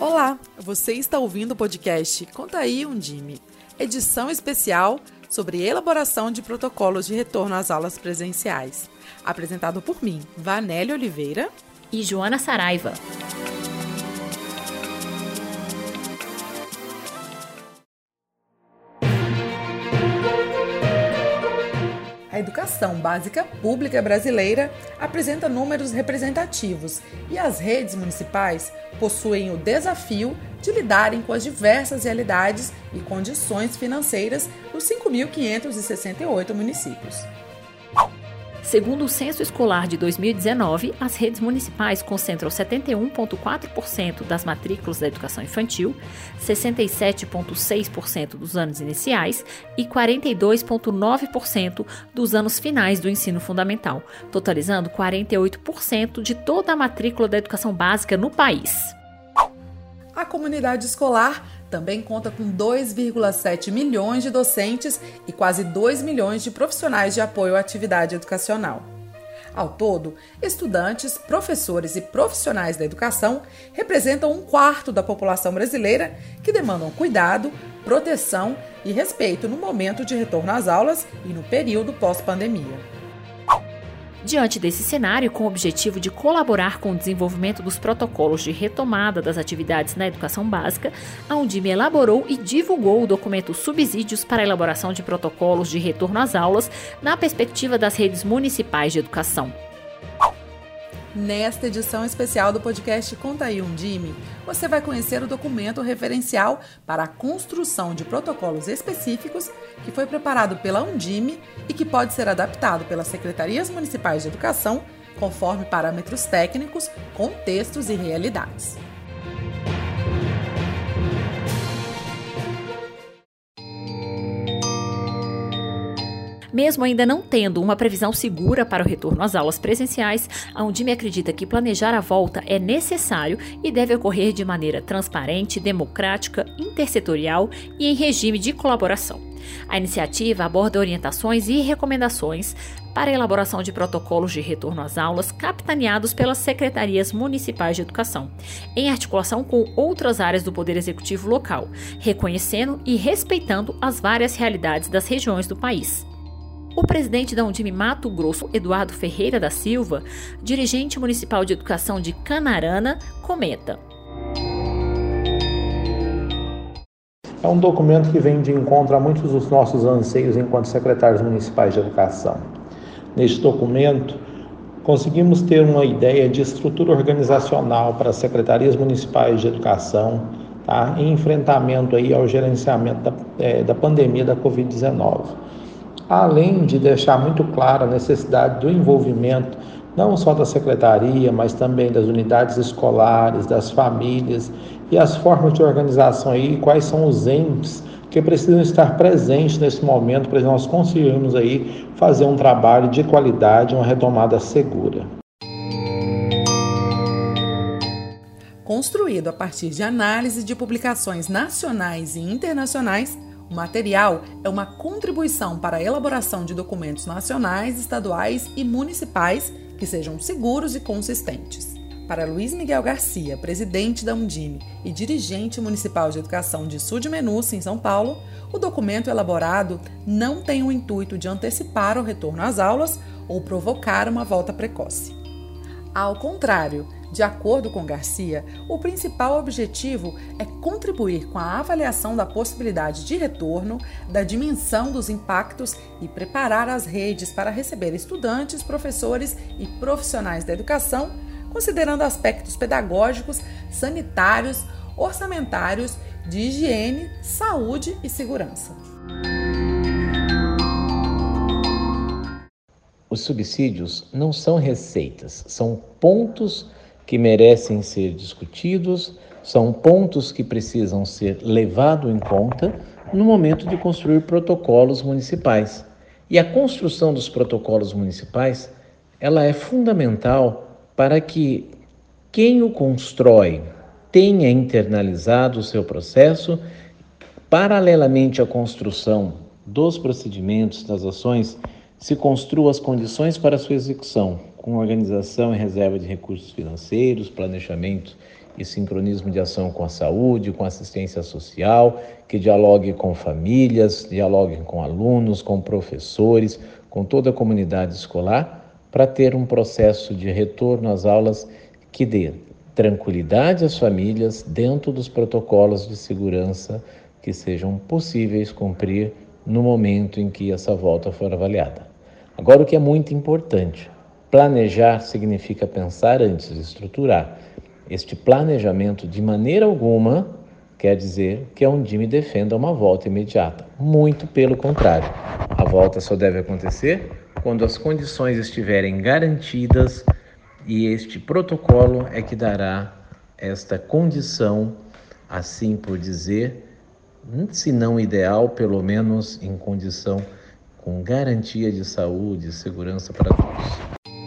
Olá, você está ouvindo o podcast Conta aí, Undime, edição especial sobre elaboração de protocolos de retorno às aulas presenciais, apresentado por mim, Vanélia Oliveira e Joana Saraiva. A educação básica pública brasileira apresenta números representativos e as redes municipais possuem o desafio de lidarem com as diversas realidades e condições financeiras dos 5.568 municípios. Segundo o Censo Escolar de 2019, as redes municipais concentram 71,4% das matrículas da educação infantil, 67,6% dos anos iniciais e 42,9% dos anos finais do ensino fundamental, totalizando 48% de toda a matrícula da educação básica no país. A comunidade escolar também conta com 2,7 milhões de docentes e quase 2 milhões de profissionais de apoio à atividade educacional. Ao todo, estudantes, professores e profissionais da educação representam 1/4 da população brasileira que demandam cuidado, proteção e respeito no momento de retorno às aulas e no período pós-pandemia. Diante desse cenário, com o objetivo de colaborar com o desenvolvimento dos protocolos de retomada das atividades na educação básica, a Undime elaborou e divulgou o documento Subsídios para a elaboração de protocolos de retorno às aulas na perspectiva das redes municipais de educação. Nesta edição especial do podcast Conta aí, Undime, você vai conhecer o documento referencial para a construção de protocolos específicos que foi preparado pela Undime e que pode ser adaptado pelas secretarias municipais de educação conforme parâmetros técnicos, contextos e realidades. Mesmo ainda não tendo uma previsão segura para o retorno às aulas presenciais, a Undime acredita que planejar a volta é necessário e deve ocorrer de maneira transparente, democrática, intersetorial e em regime de colaboração. A iniciativa aborda orientações e recomendações para a elaboração de protocolos de retorno às aulas capitaneados pelas secretarias municipais de educação, em articulação com outras áreas do Poder Executivo local, reconhecendo e respeitando as várias realidades das regiões do país. O presidente da Undime Mato Grosso, Eduardo Ferreira da Silva, dirigente municipal de educação de Canarana, comenta. É um documento que vem de encontro a muitos dos nossos anseios enquanto secretários municipais de educação. Neste documento, conseguimos ter uma ideia de estrutura organizacional para as secretarias municipais de educação, em enfrentamento aí ao gerenciamento da pandemia da Covid-19. Além de deixar muito clara a necessidade do envolvimento não só da secretaria, mas também das unidades escolares, das famílias e as formas de organização aí, quais são os entes que precisam estar presentes nesse momento para nós conseguirmos aí fazer um trabalho de qualidade, uma retomada segura. Construído a partir de análise de publicações nacionais e internacionais, o material é uma contribuição para a elaboração de documentos nacionais, estaduais e municipais que sejam seguros e consistentes. Para Luiz Miguel Garcia, presidente da Undime e dirigente municipal de educação de Sul de Menuça, em São Paulo, o documento elaborado não tem o intuito de antecipar o retorno às aulas ou provocar uma volta precoce. Ao contrário, de acordo com Garcia, o principal objetivo é contribuir com a avaliação da possibilidade de retorno, da dimensão dos impactos e preparar as redes para receber estudantes, professores e profissionais da educação, considerando aspectos pedagógicos, sanitários, orçamentários, de higiene, saúde e segurança. Os subsídios não são receitas, são pontos que merecem ser discutidos, são pontos que precisam ser levados em conta no momento de construir protocolos municipais. E a construção dos protocolos municipais, ela é fundamental para que quem o constrói tenha internalizado o seu processo, paralelamente à construção dos procedimentos, das ações, se construam as condições para a sua execução, com organização e reserva de recursos financeiros, planejamento e sincronismo de ação com a saúde, com a assistência social, que dialogue com famílias, dialogue com alunos, com professores, com toda a comunidade escolar, para ter um processo de retorno às aulas que dê tranquilidade às famílias dentro dos protocolos de segurança que sejam possíveis cumprir no momento em que essa volta for avaliada. Agora, o que é muito importante, planejar significa pensar antes de estruturar. Este planejamento, de maneira alguma, quer dizer que a Undime defenda uma volta imediata. Muito pelo contrário. A volta só deve acontecer quando as condições estiverem garantidas, e este protocolo é que dará esta condição, assim por dizer, se não ideal, pelo menos em condição com garantia de saúde e segurança para todos.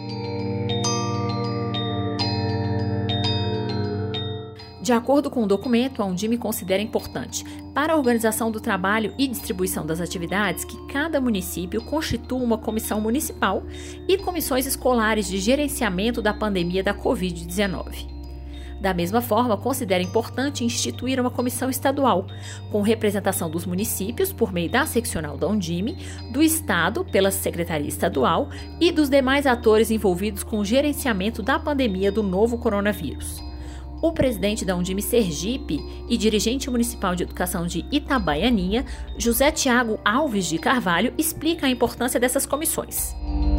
De acordo com o documento, a Undime considera importante, para a organização do trabalho e distribuição das atividades, que cada município constitua uma comissão municipal e comissões escolares de gerenciamento da pandemia da Covid-19. Da mesma forma, considera importante instituir uma comissão estadual, com representação dos municípios por meio da seccional da Undime, do Estado pela Secretaria Estadual e dos demais atores envolvidos com o gerenciamento da pandemia do novo coronavírus. O presidente da Undime Sergipe e dirigente municipal de educação de Itabaianinha, José Tiago Alves de Carvalho, explica a importância dessas comissões.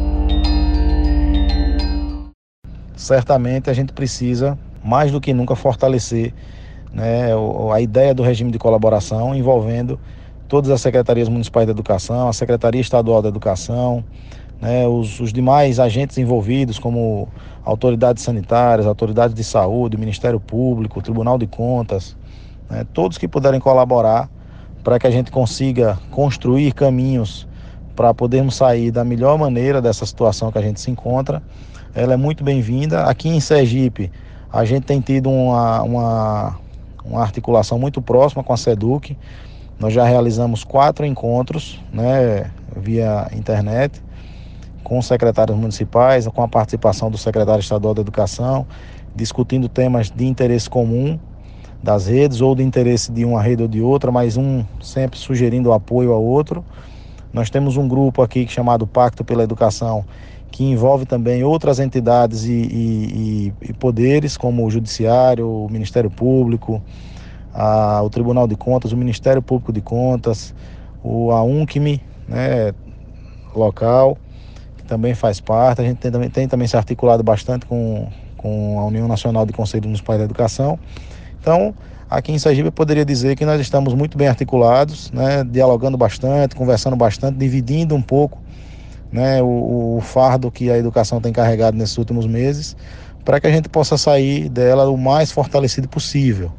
Certamente a gente precisa, mais do que nunca, fortalecer, a ideia do regime de colaboração envolvendo todas as secretarias municipais da educação, a Secretaria Estadual da Educação, os demais agentes envolvidos, como autoridades sanitárias, autoridades de saúde, o Ministério Público, o Tribunal de Contas, todos que puderem colaborar para que a gente consiga construir caminhos para podermos sair da melhor maneira dessa situação que a gente se encontra. Ela é muito bem-vinda. Aqui em Sergipe, a gente tem tido uma articulação muito próxima com a SEDUC. Nós já realizamos 4 encontros, via internet, com secretários municipais, com a participação do secretário estadual da Educação, discutindo temas de interesse comum das redes, ou de interesse de uma rede ou de outra, mas um sempre sugerindo apoio ao outro. Nós temos um grupo aqui chamado Pacto pela Educação, que envolve também outras entidades e poderes, como o Judiciário, o Ministério Público, o Tribunal de Contas, o Ministério Público de Contas, a UNCME, local, que também faz parte. A gente tem também se articulado bastante com a União Nacional de Conselhos Municipais da Educação. Então, aqui em Sergipe eu poderia dizer que nós estamos muito bem articulados, dialogando bastante, conversando bastante, dividindo um pouco o fardo que a educação tem carregado nesses últimos meses, para que a gente possa sair dela o mais fortalecido possível.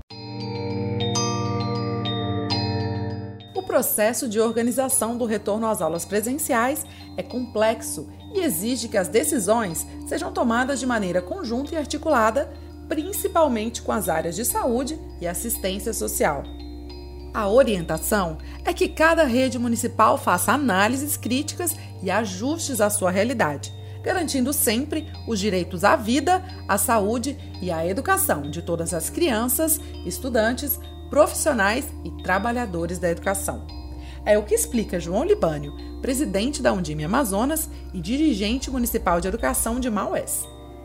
O processo de organização do retorno às aulas presenciais é complexo e exige que as decisões sejam tomadas de maneira conjunta e articulada, principalmente com as áreas de saúde e assistência social. A orientação é que cada rede municipal faça análises críticas e ajustes à sua realidade, garantindo sempre os direitos à vida, à saúde e à educação de todas as crianças, estudantes, profissionais e trabalhadores da educação. É o que explica João Libânio, presidente da Undime Amazonas e dirigente municipal de educação de Maués.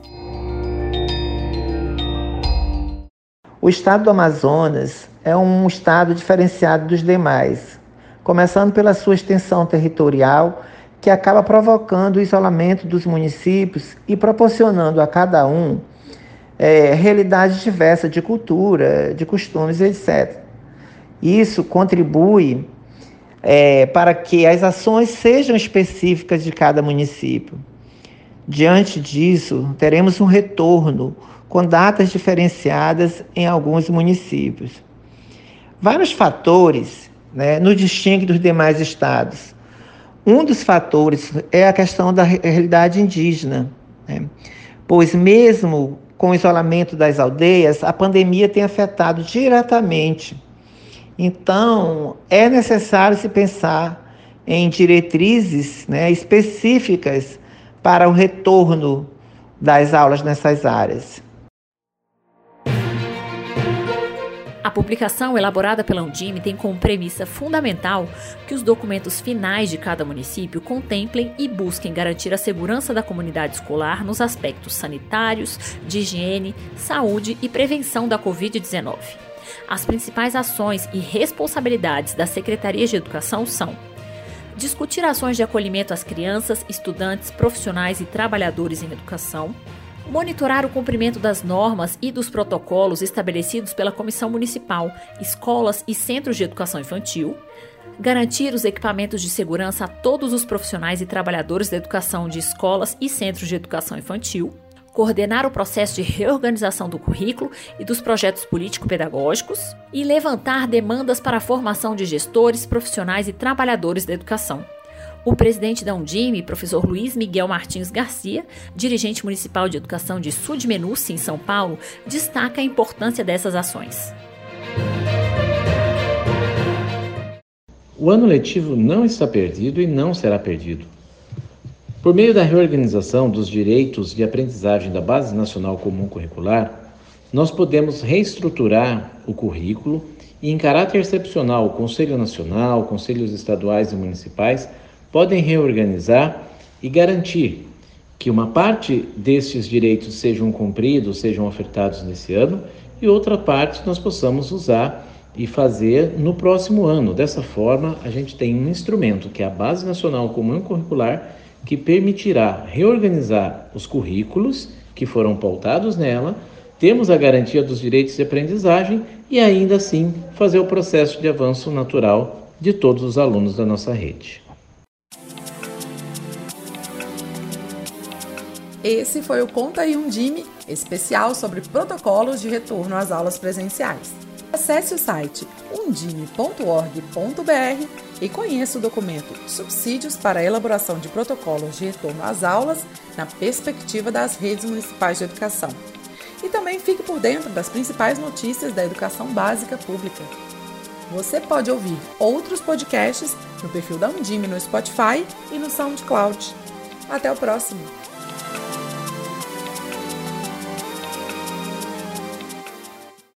O estado do Amazonas é um estado diferenciado dos demais, começando pela sua extensão territorial, que acaba provocando o isolamento dos municípios e proporcionando a cada um realidades diversas de cultura, de costumes, etc. Isso contribui para que as ações sejam específicas de cada município. Diante disso, teremos um retorno com datas diferenciadas em alguns municípios. Vários fatores nos distinguem dos demais estados. Um dos fatores é a questão da realidade indígena, pois mesmo com o isolamento das aldeias, a pandemia tem afetado diretamente. Então, é necessário se pensar em diretrizes específicas para o retorno das aulas nessas áreas. publicação elaborada pela Undime tem como premissa fundamental que os documentos finais de cada município contemplem e busquem garantir a segurança da comunidade escolar nos aspectos sanitários, de higiene, saúde e prevenção da Covid-19. As principais ações e responsabilidades das Secretarias de Educação são: discutir ações de acolhimento às crianças, estudantes, profissionais e trabalhadores em educação, monitorar o cumprimento das normas e dos protocolos estabelecidos pela Comissão Municipal, escolas e centros de educação infantil, garantir os equipamentos de segurança a todos os profissionais e trabalhadores da educação de escolas e centros de educação infantil, coordenar o processo de reorganização do currículo e dos projetos político-pedagógicos e levantar demandas para a formação de gestores, profissionais e trabalhadores da educação. O presidente da Undime, professor Luiz Miguel Martins Garcia, dirigente municipal de educação de Sudmenuci, em São Paulo, destaca a importância dessas ações. O ano letivo não está perdido e não será perdido. Por meio da reorganização dos direitos de aprendizagem da Base Nacional Comum Curricular, nós podemos reestruturar o currículo e, em caráter excepcional, o Conselho Nacional, conselhos estaduais e municipais podem reorganizar e garantir que uma parte destes direitos sejam cumpridos, sejam ofertados nesse ano, e outra parte nós possamos usar e fazer no próximo ano. Dessa forma, a gente tem um instrumento, que é a Base Nacional Comum Curricular, que permitirá reorganizar os currículos que foram pautados nela, temos a garantia dos direitos de aprendizagem e ainda assim fazer o processo de avanço natural de todos os alunos da nossa rede. Esse foi o Conta aí Undime, especial sobre protocolos de retorno às aulas presenciais. Acesse o site undime.org.br e conheça o documento Subsídios para a elaboração de protocolos de retorno às aulas na perspectiva das redes municipais de educação. E também fique por dentro das principais notícias da educação básica pública. Você pode ouvir outros podcasts no perfil da Undime no Spotify e no SoundCloud. Até o próximo!